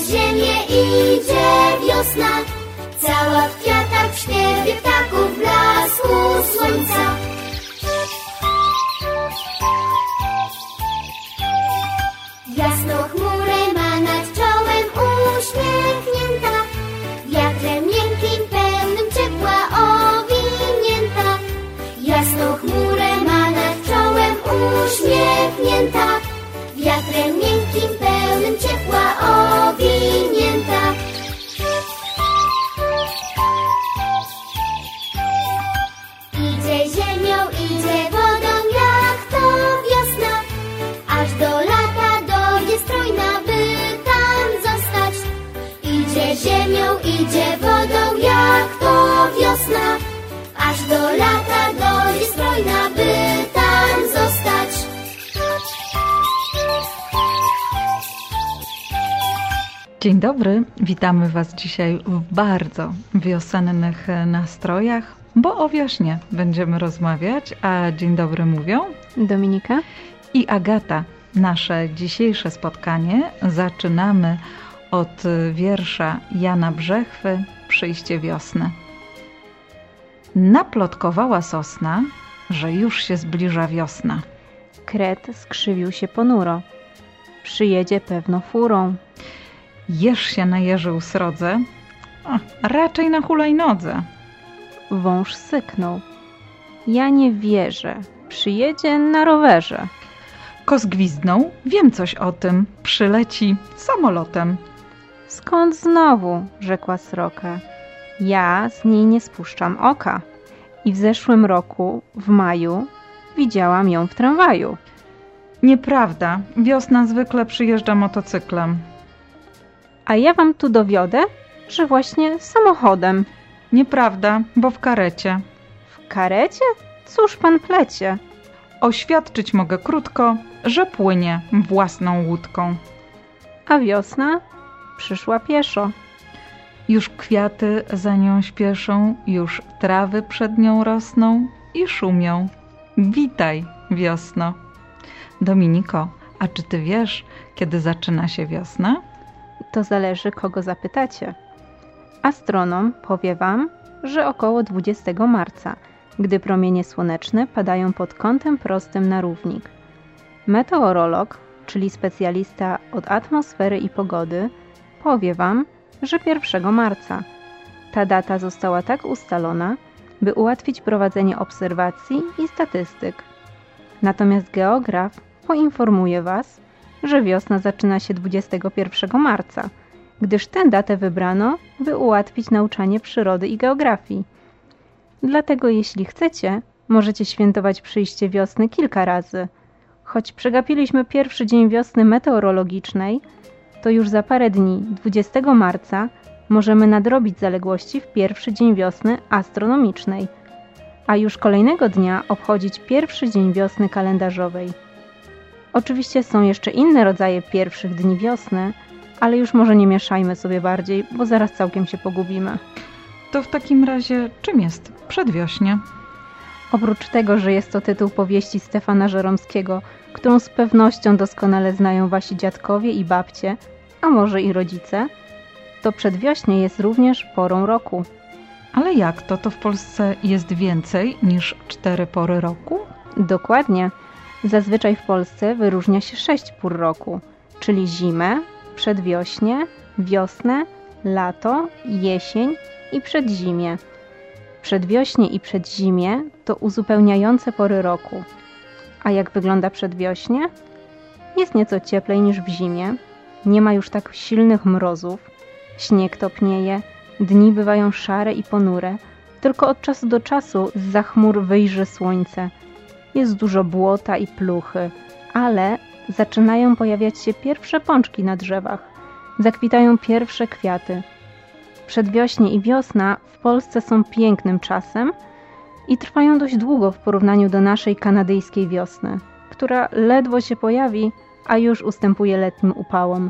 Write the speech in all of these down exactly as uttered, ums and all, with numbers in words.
przez ziemię idzie wiosna, cała w kwiatach, w śpiewie ptaków, w blasku słońca. Jasno chmurę ma nad czołem uśmiechnięta, wiatrem miękkim, pełnym ciepła owinięta. Jasno chmurę ma nad czołem uśmiechnięta, wiatrem miękkim, pełnym ciepła owinięta. Idzie ziemią, idzie wodą, jak to wiosna, aż do lata dojdzie strojna, by tam zostać. Idzie ziemią, idzie wodą, jak to wiosna, aż do lata dojdzie strojna, by tam zostać. Dzień dobry, witamy Was dzisiaj w bardzo wiosennych nastrojach, bo o wiośnie będziemy rozmawiać, a dzień dobry mówią Dominika i Agata. Nasze dzisiejsze spotkanie zaczynamy od wiersza Jana Brzechwy Przyjście wiosny. Naplotkowała sosna, że już się zbliża wiosna. Kret skrzywił się ponuro. Przyjedzie pewno furą. Jeż się najeżył srodze, a raczej na hulajnodze. Wąż syknął. Ja nie wierzę. Przyjedzie na rowerze. Kos gwizdnął, wiem coś o tym, przyleci samolotem. Skąd znowu? Rzekła sroka. Ja z niej nie spuszczam oka. I w zeszłym roku, w maju, widziałam ją w tramwaju. Nieprawda, wiosna zwykle przyjeżdża motocyklem. A ja wam tu dowiodę, że właśnie samochodem. Nieprawda, bo w karecie. W karecie? Cóż pan plecie? Oświadczyć mogę krótko, że płynie własną łódką. A wiosna przyszła pieszo. Już kwiaty za nią śpieszą, już trawy przed nią rosną i szumią. Witaj, wiosno. Dominiko, a czy ty wiesz, kiedy zaczyna się wiosna? To zależy, kogo zapytacie. Astronom powie wam, że około dwudziestego marca, gdy promienie słoneczne padają pod kątem prostym na równik. Meteorolog, czyli specjalista od atmosfery i pogody, powie wam, że pierwszego marca. Ta data została tak ustalona, by ułatwić prowadzenie obserwacji i statystyk. Natomiast geograf poinformuje was, że wiosna zaczyna się dwudziestego pierwszego marca, gdyż tę datę wybrano, by ułatwić nauczanie przyrody i geografii. Dlatego jeśli chcecie, możecie świętować przyjście wiosny kilka razy. Choć przegapiliśmy pierwszy dzień wiosny meteorologicznej, to już za parę dni, dwudziestego marca, możemy nadrobić zaległości w pierwszy dzień wiosny astronomicznej, a już kolejnego dnia obchodzić pierwszy dzień wiosny kalendarzowej. Oczywiście są jeszcze inne rodzaje pierwszych dni wiosny, ale już może nie mieszajmy sobie bardziej, bo zaraz całkiem się pogubimy. To w takim razie czym jest przedwiośnie? Oprócz tego, że jest to tytuł powieści Stefana Żeromskiego, którą z pewnością doskonale znają wasi dziadkowie i babcie, a może i rodzice, to przedwiośnie jest również porą roku. Ale jak to? To w Polsce jest więcej niż cztery pory roku? Dokładnie. Zazwyczaj w Polsce wyróżnia się sześć pór roku, czyli zimę, przedwiośnie, wiosnę, lato, jesień i przedzimie. Przedwiośnie i przedzimie to uzupełniające pory roku. A jak wygląda przedwiośnie? Jest nieco cieplej niż w zimie, nie ma już tak silnych mrozów, śnieg topnieje, dni bywają szare i ponure, tylko od czasu do czasu zza chmur wyjrzy słońce. Jest dużo błota i pluchy, ale zaczynają pojawiać się pierwsze pączki na drzewach, zakwitają pierwsze kwiaty. Przedwiośnie i wiosna w Polsce są pięknym czasem i trwają dość długo w porównaniu do naszej kanadyjskiej wiosny, która ledwo się pojawi, a już ustępuje letnim upałom.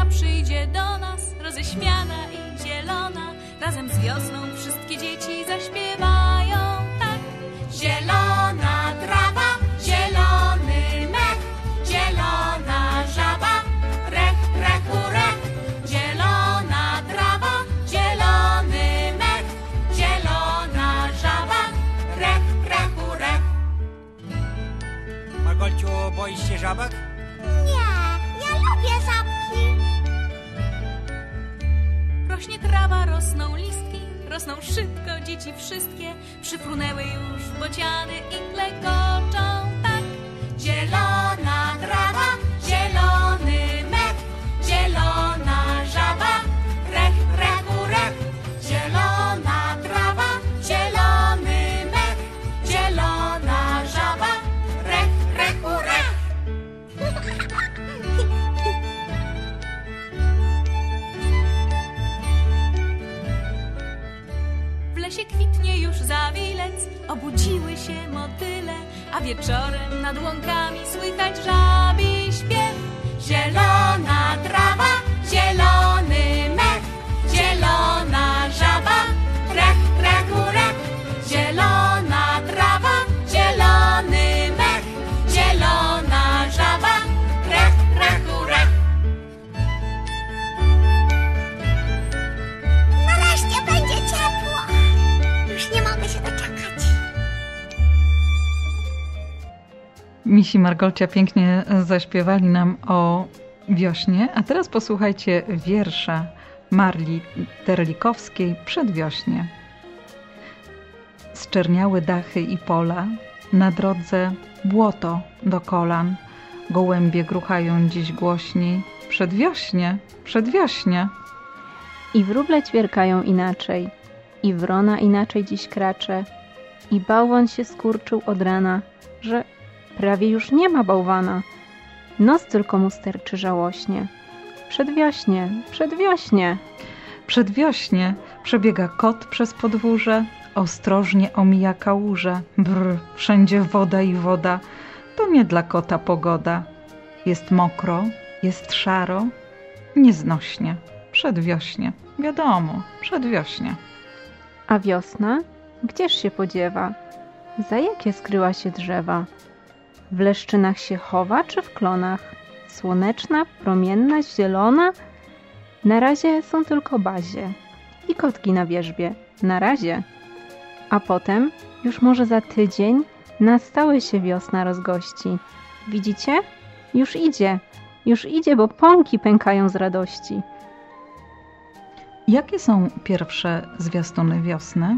wiosna przyjdzie do nas, roześmiana i zielona. Razem z wiosną wszystkie dzieci zaśpiewają tak. Zielona trawa, zielony mech, zielona żaba, rech, rechu, rech. Zielona trawa, zielony mech, zielona żaba, rech, rechu, rech. Margolciu, boisz się żabek? Nie, ja lubię żabki. Rośnie trawa, rosną listki, rosną szybko dzieci wszystkie. Przyfrunęły już bociany i klekoczą tak. Zielona trawa, zielony mech, zielona żaba, rech, rechu, rech. Zielona trawa, zielony mech, zielona żaba, rech, rechu, rech. W lesie kwitnie już zawilec, obudziły się motyle, a wieczorem nad łąkami słychać żabi śpiew. Zielona trawa, zielony mech, zielona żaba, rech, rechu, rech. Zielona trawa, zielony mech, zielona żaba, rech, rechu, rech. Nareszcie będzie ciepło. Już nie mogę się doczekać. Misi Margolcia pięknie zaśpiewali nam o wiośnie, a teraz posłuchajcie wiersza Marli Terlikowskiej Przedwiośnie. Zczerniały dachy i pola, na drodze błoto do kolan. Gołębie gruchają dziś głośniej. Przedwiośnie, przedwiośnie. I wróble ćwierkają inaczej, i wrona inaczej dziś kracze, i bałwan się skurczył od rana, że prawie już nie ma bałwana. Nos tylko mu sterczy żałośnie. Przedwiośnie, przedwiośnie. Przedwiośnie przebiega kot przez podwórze, ostrożnie omija kałuże. Brr, wszędzie woda i woda, to nie dla kota pogoda. Jest mokro, jest szaro, nieznośnie. Przedwiośnie, wiadomo, przedwiośnie. A wiosna? Gdzież się podziewa? Za jakie skryła się drzewa? W leszczynach się chowa, czy w klonach? Słoneczna, promienna, zielona? Na razie są tylko bazie i kotki na wierzbie. Na razie. A potem, już może za tydzień, na stałe się wiosna rozgości. Widzicie? Już idzie. Już idzie, bo pąki pękają z radości. Jakie są pierwsze zwiastuny wiosny?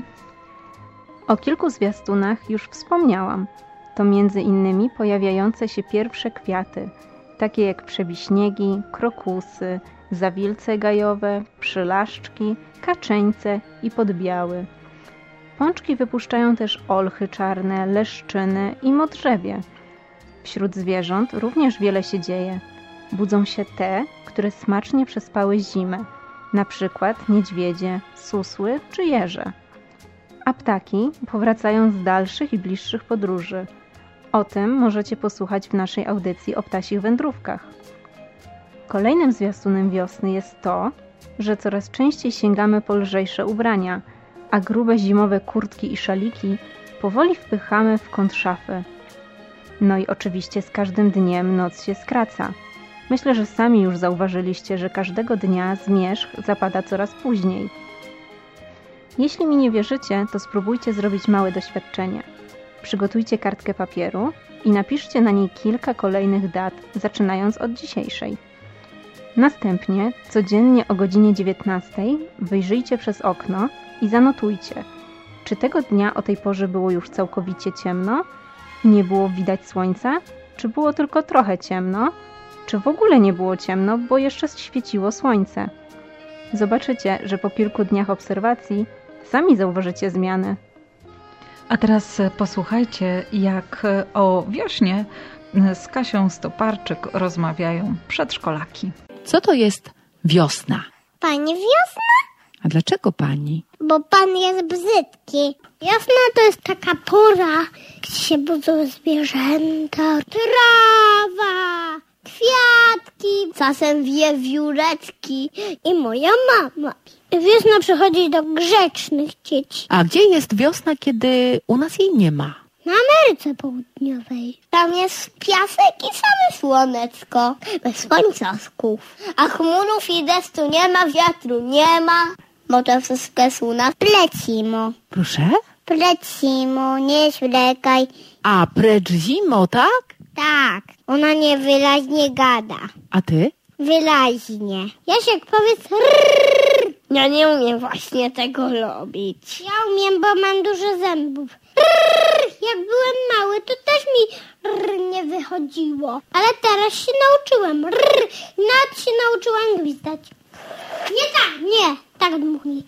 O kilku zwiastunach już wspomniałam. To między innymi pojawiające się pierwsze kwiaty, takie jak przewiśniegi, krokusy, zawilce gajowe, przylaszczki, kaczeńce i podbiały. Pączki wypuszczają też olchy czarne, leszczyny i modrzewie. Wśród zwierząt również wiele się dzieje. Budzą się te, które smacznie przespały zimę, na przykład niedźwiedzie, susły czy jeże. A ptaki powracają z dalszych i bliższych podróży. O tym możecie posłuchać w naszej audycji o ptasich wędrówkach. Kolejnym zwiastunem wiosny jest to, że coraz częściej sięgamy po lżejsze ubrania, a grube zimowe kurtki i szaliki powoli wpychamy w kąt szafy. No i oczywiście z każdym dniem noc się skraca. Myślę, że sami już zauważyliście, że każdego dnia zmierzch zapada coraz później. Jeśli mi nie wierzycie, to spróbujcie zrobić małe doświadczenie. Przygotujcie kartkę papieru i napiszcie na niej kilka kolejnych dat, zaczynając od dzisiejszej. Następnie codziennie o godzinie dziewiętnastej wyjrzyjcie przez okno i zanotujcie, czy tego dnia o tej porze było już całkowicie ciemno, nie było widać słońca, czy było tylko trochę ciemno, czy w ogóle nie było ciemno, bo jeszcze świeciło słońce. Zobaczycie, że po kilku dniach obserwacji sami zauważycie zmiany. A teraz posłuchajcie, jak o wiośnie z Kasią Stoparczyk rozmawiają przedszkolaki. Co to jest wiosna? Pani wiosna? A dlaczego pani? Bo pan jest brzydki. Wiosna to jest taka pora, gdzie się budzą zwierzęta, trawa, kwiatki, czasem wiewióreczki i moja mama. Wiosna przychodzi do grzecznych dzieci. A gdzie jest wiosna, kiedy u nas jej nie ma? Na Ameryce Południowej. Tam jest piasek i same słoneczko. Bez słońcasków. A chmurów i deszczu nie ma, wiatru nie ma. Bo to wszystko jest u nas plecimo. Proszę? Plecimo, nie zwlekaj. A precz zimo, tak? Tak, ona niewyraźnie gada. A ty? Wyraźnie. Jasiek, powiedz rrrr. Ja nie umiem właśnie tego robić. Ja umiem, bo mam dużo zębów. Rrrr. Jak byłem mały, to też mi rrr nie wychodziło. Ale teraz się nauczyłem. Rrr. Nawet się nauczyłam gwizdać. Nie tak, nie. Tak dmuchnij.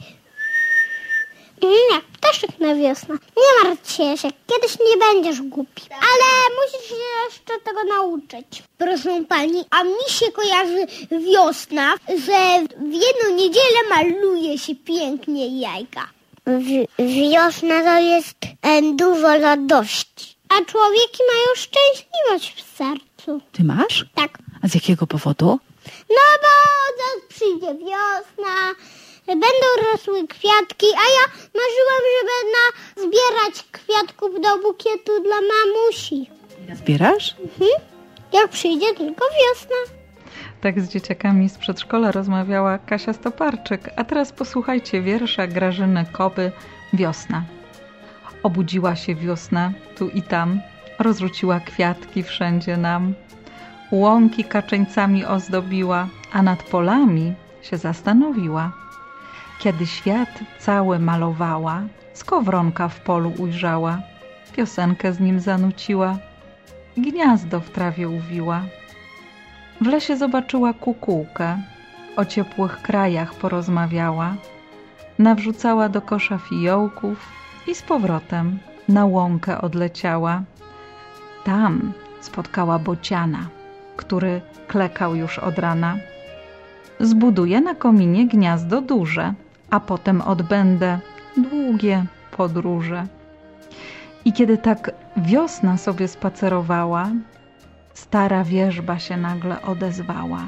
Nie, ptaszek na wiosnę. Nie martw się, Jasiek, kiedyś nie będziesz głupi. Ale musisz się jeszcze tego nauczyć. Proszę pani, a mi się kojarzy wiosna, że w jedną niedzielę maluje się pięknie jajka. W, wiosna to jest e, dużo radości. A człowieki mają szczęśliwość w sercu. Ty masz? Tak. A z jakiego powodu? No bo zaraz przyjdzie wiosna, będą rosły kwiatki, a ja marzyłam, że będę zbierać kwiatków do bukietu dla mamusi. Zbierasz? Mhm. Jak przyjdzie tylko wiosna. Tak z dzieciakami z przedszkola rozmawiała Kasia Stoparczyk, a teraz posłuchajcie wiersza Grażyny Koby Wiosna. Obudziła się wiosna tu i tam, rozrzuciła kwiatki wszędzie nam. Łąki kaczeńcami ozdobiła, a nad polami się zastanowiła. Kiedy świat cały malowała, skowronka w polu ujrzała, piosenkę z nim zanuciła, gniazdo w trawie uwiła. W lesie zobaczyła kukułkę, o ciepłych krajach porozmawiała, nawrzucała do kosza fijołków i z powrotem na łąkę odleciała. Tam spotkała bociana, który klekał już od rana. Zbuduję na kominie gniazdo duże, a potem odbędę długie podróże. I kiedy tak wiosna sobie spacerowała, stara wierzba się nagle odezwała.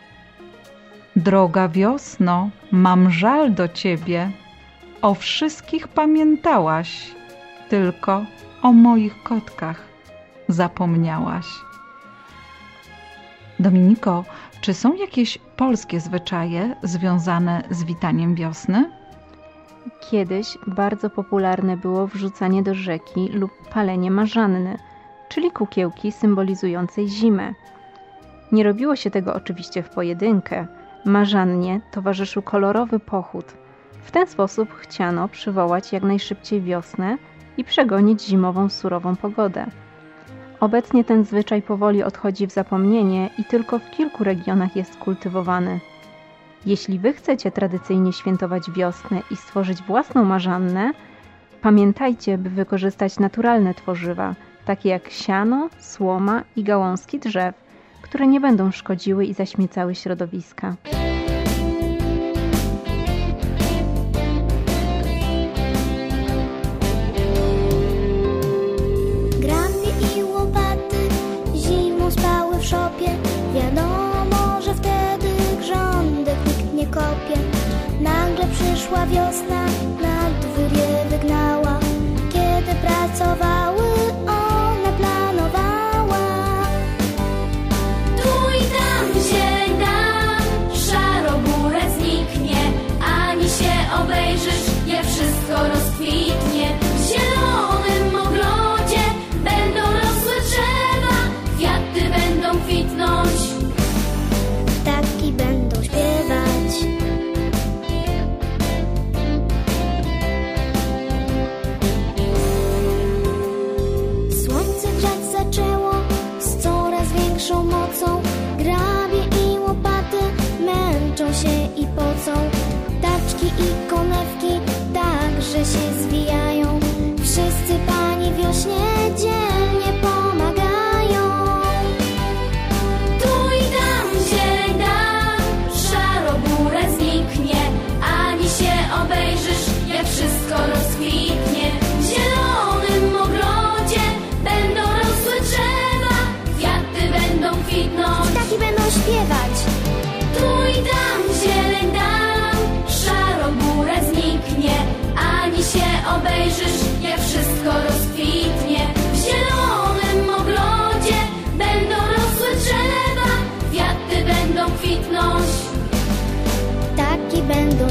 Droga wiosno, mam żal do ciebie, o wszystkich pamiętałaś, tylko o moich kotkach zapomniałaś. Dominiko, czy są jakieś polskie zwyczaje związane z witaniem wiosny? Kiedyś bardzo popularne było wrzucanie do rzeki lub palenie marzanny, czyli kukiełki symbolizującej zimę. Nie robiło się tego oczywiście w pojedynkę. Marzannie towarzyszył kolorowy pochód. W ten sposób chciano przywołać jak najszybciej wiosnę i przegonić zimową, surową pogodę. Obecnie ten zwyczaj powoli odchodzi w zapomnienie i tylko w kilku regionach jest kultywowany. Jeśli wy chcecie tradycyjnie świętować wiosnę i stworzyć własną marzannę, pamiętajcie, by wykorzystać naturalne tworzywa, takie jak siano, słoma i gałązki drzew, które nie będą szkodziły i zaśmiecały środowiska. Przyszła wiosna, na dwór je wygnała. Kiedy pracowały, ona planowała. Tu i tam zieleń nam, szarobure zniknie, ani się obejrzysz, je wszystko rozkwitnie. W zielonym ogrodzie będą rosły drzewa, kwiaty będą kwitnąć, ptaki będą śpiewać.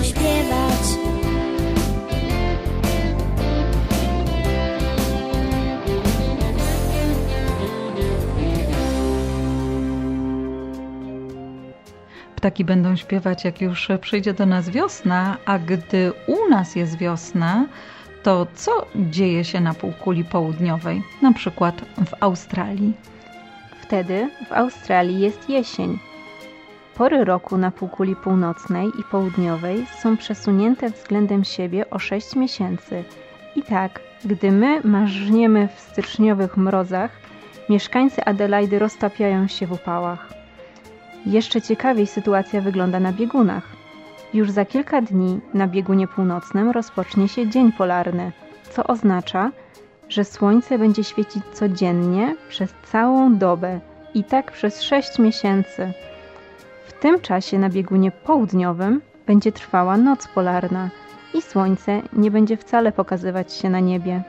śpiewać. Ptaki będą śpiewać, jak już przyjdzie do nas wiosna, a gdy u nas jest wiosna, to co dzieje się na półkuli południowej, na przykład w Australii? Wtedy w Australii jest jesień. Pory roku na półkuli północnej i południowej są przesunięte względem siebie o sześć miesięcy. I tak, gdy my marzniemy w styczniowych mrozach, mieszkańcy Adelaidy roztapiają się w upałach. Jeszcze ciekawiej sytuacja wygląda na biegunach. Już za kilka dni na biegunie północnym rozpocznie się dzień polarny, co oznacza, że słońce będzie świecić codziennie przez całą dobę i tak przez sześć miesięcy. W tym czasie na biegunie południowym będzie trwała noc polarna i słońce nie będzie wcale pokazywać się na niebie.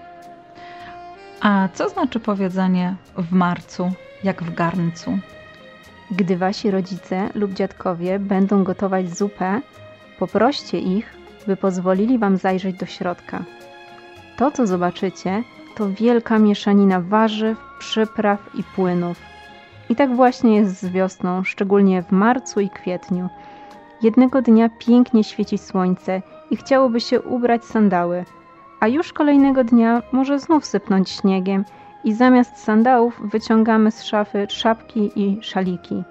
A co znaczy powiedzenie w marcu, jak w garncu? Gdy wasi rodzice lub dziadkowie będą gotować zupę, poproście ich, by pozwolili wam zajrzeć do środka. To, co zobaczycie, to wielka mieszanina warzyw, przypraw i płynów. I tak właśnie jest z wiosną, szczególnie w marcu i kwietniu. Jednego dnia pięknie świeci słońce i chciałoby się ubrać sandały, a już kolejnego dnia może znów sypnąć śniegiem i zamiast sandałów wyciągamy z szafy szapki i szaliki.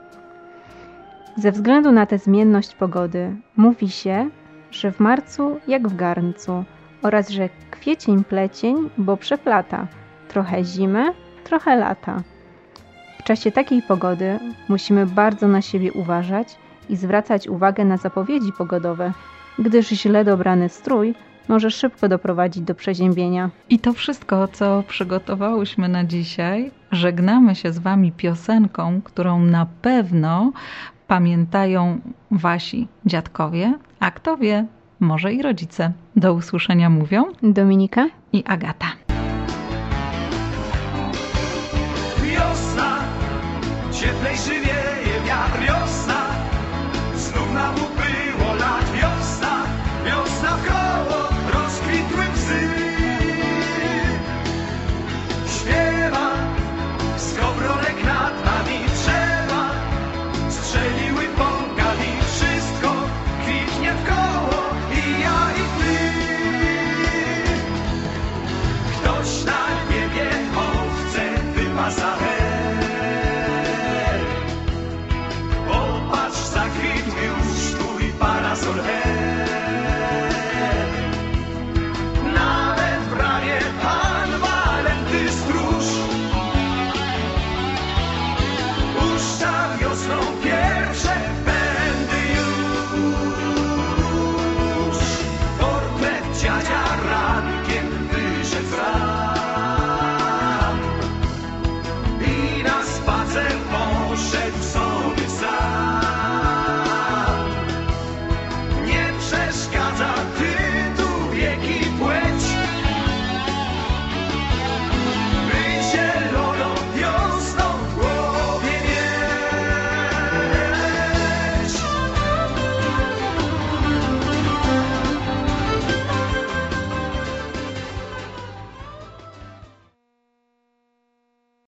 Ze względu na tę zmienność pogody mówi się, że w marcu jak w garncu oraz że kwiecień plecień, bo przeplata, trochę zimę, trochę lata. W czasie takiej pogody musimy bardzo na siebie uważać i zwracać uwagę na zapowiedzi pogodowe, gdyż źle dobrany strój może szybko doprowadzić do przeziębienia. I to wszystko, co przygotowałyśmy na dzisiaj. Żegnamy się z wami piosenką, którą na pewno pamiętają wasi dziadkowie, a kto wie, może i rodzice. Do usłyszenia mówią Dominika i Agata. Wiosna, cieplejszy wieje wiatr, wiosna, znów na